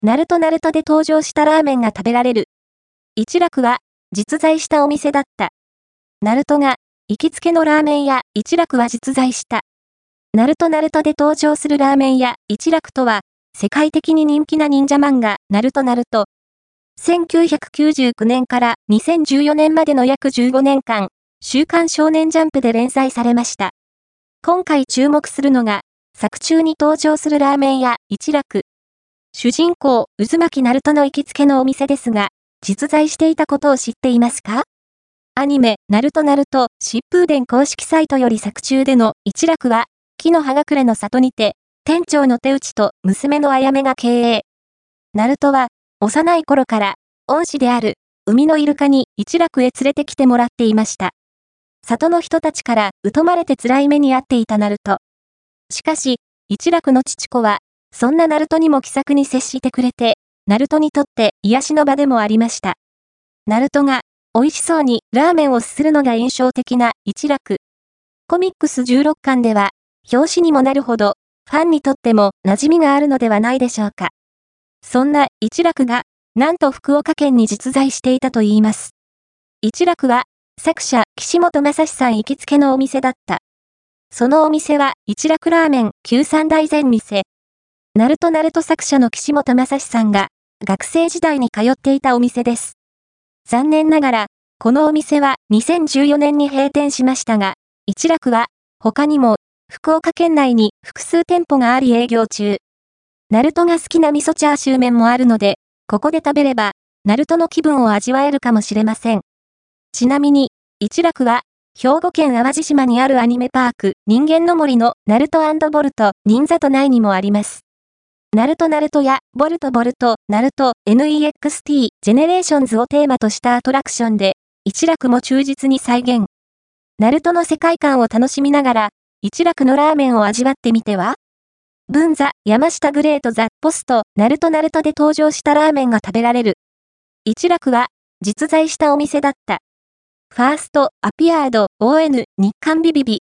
ナルトで登場したラーメンが食べられる。一楽は、実在したお店だった。ナルトが、行きつけのラーメン屋、一楽は実在した。ナルトで登場するラーメン屋、一楽とは、世界的に人気な忍者漫画、ナルト。1999年から2014年までの約15年間、週刊少年ジャンプで連載されました。今回注目するのが、作中に登場するラーメン屋、一楽。主人公、渦巻ナルトの行きつけのお店ですが、実在していたことを知っていますか？アニメ、ナルト疾風伝公式サイトより作中での一楽は、木の葉隠れの里にて、店長の手内と娘のあやめが経営。ナルトは、幼い頃から、恩師である、海のイルカに一楽へ連れてきてもらっていました。里の人たちから疎まれて辛い目に遭っていたナルト。しかし、一楽の父子は、そんなナルトにも気さくに接してくれて、ナルトにとって癒しの場でもありました。ナルトが、美味しそうにラーメンをすするのが印象的な一楽。コミックス16巻では、表紙にもなるほど、ファンにとっても馴染みがあるのではないでしょうか。そんな一楽が、なんと福岡県に実在していたといいます。一楽は、作者、岸本正史さん行きつけのお店だった。そのお店は、一楽ラーメン、旧三大前店。ナルト作者の岸本正史さんが、学生時代に通っていたお店です。残念ながら、このお店は2014年に閉店しましたが、一楽は、他にも、福岡県内に複数店舗があり営業中。ナルトが好きな味噌チャーシュー麺もあるので、ここで食べれば、ナルトの気分を味わえるかもしれません。ちなみに、一楽は、兵庫県淡路島にあるアニメパーク、人間の森のナルト&ボルト、忍里内にもあります。ナルトやボルト、ナルト、NEXT、ジェネレーションズをテーマとしたアトラクションで、一楽も忠実に再現。ナルトの世界観を楽しみながら、一楽のラーメンを味わってみては？文ザ、山下グレートザ・ポスト、ナルトで登場したラーメンが食べられる。一楽は、実在したお店だった。ファースト、アピアード、ON、日刊ビビビ、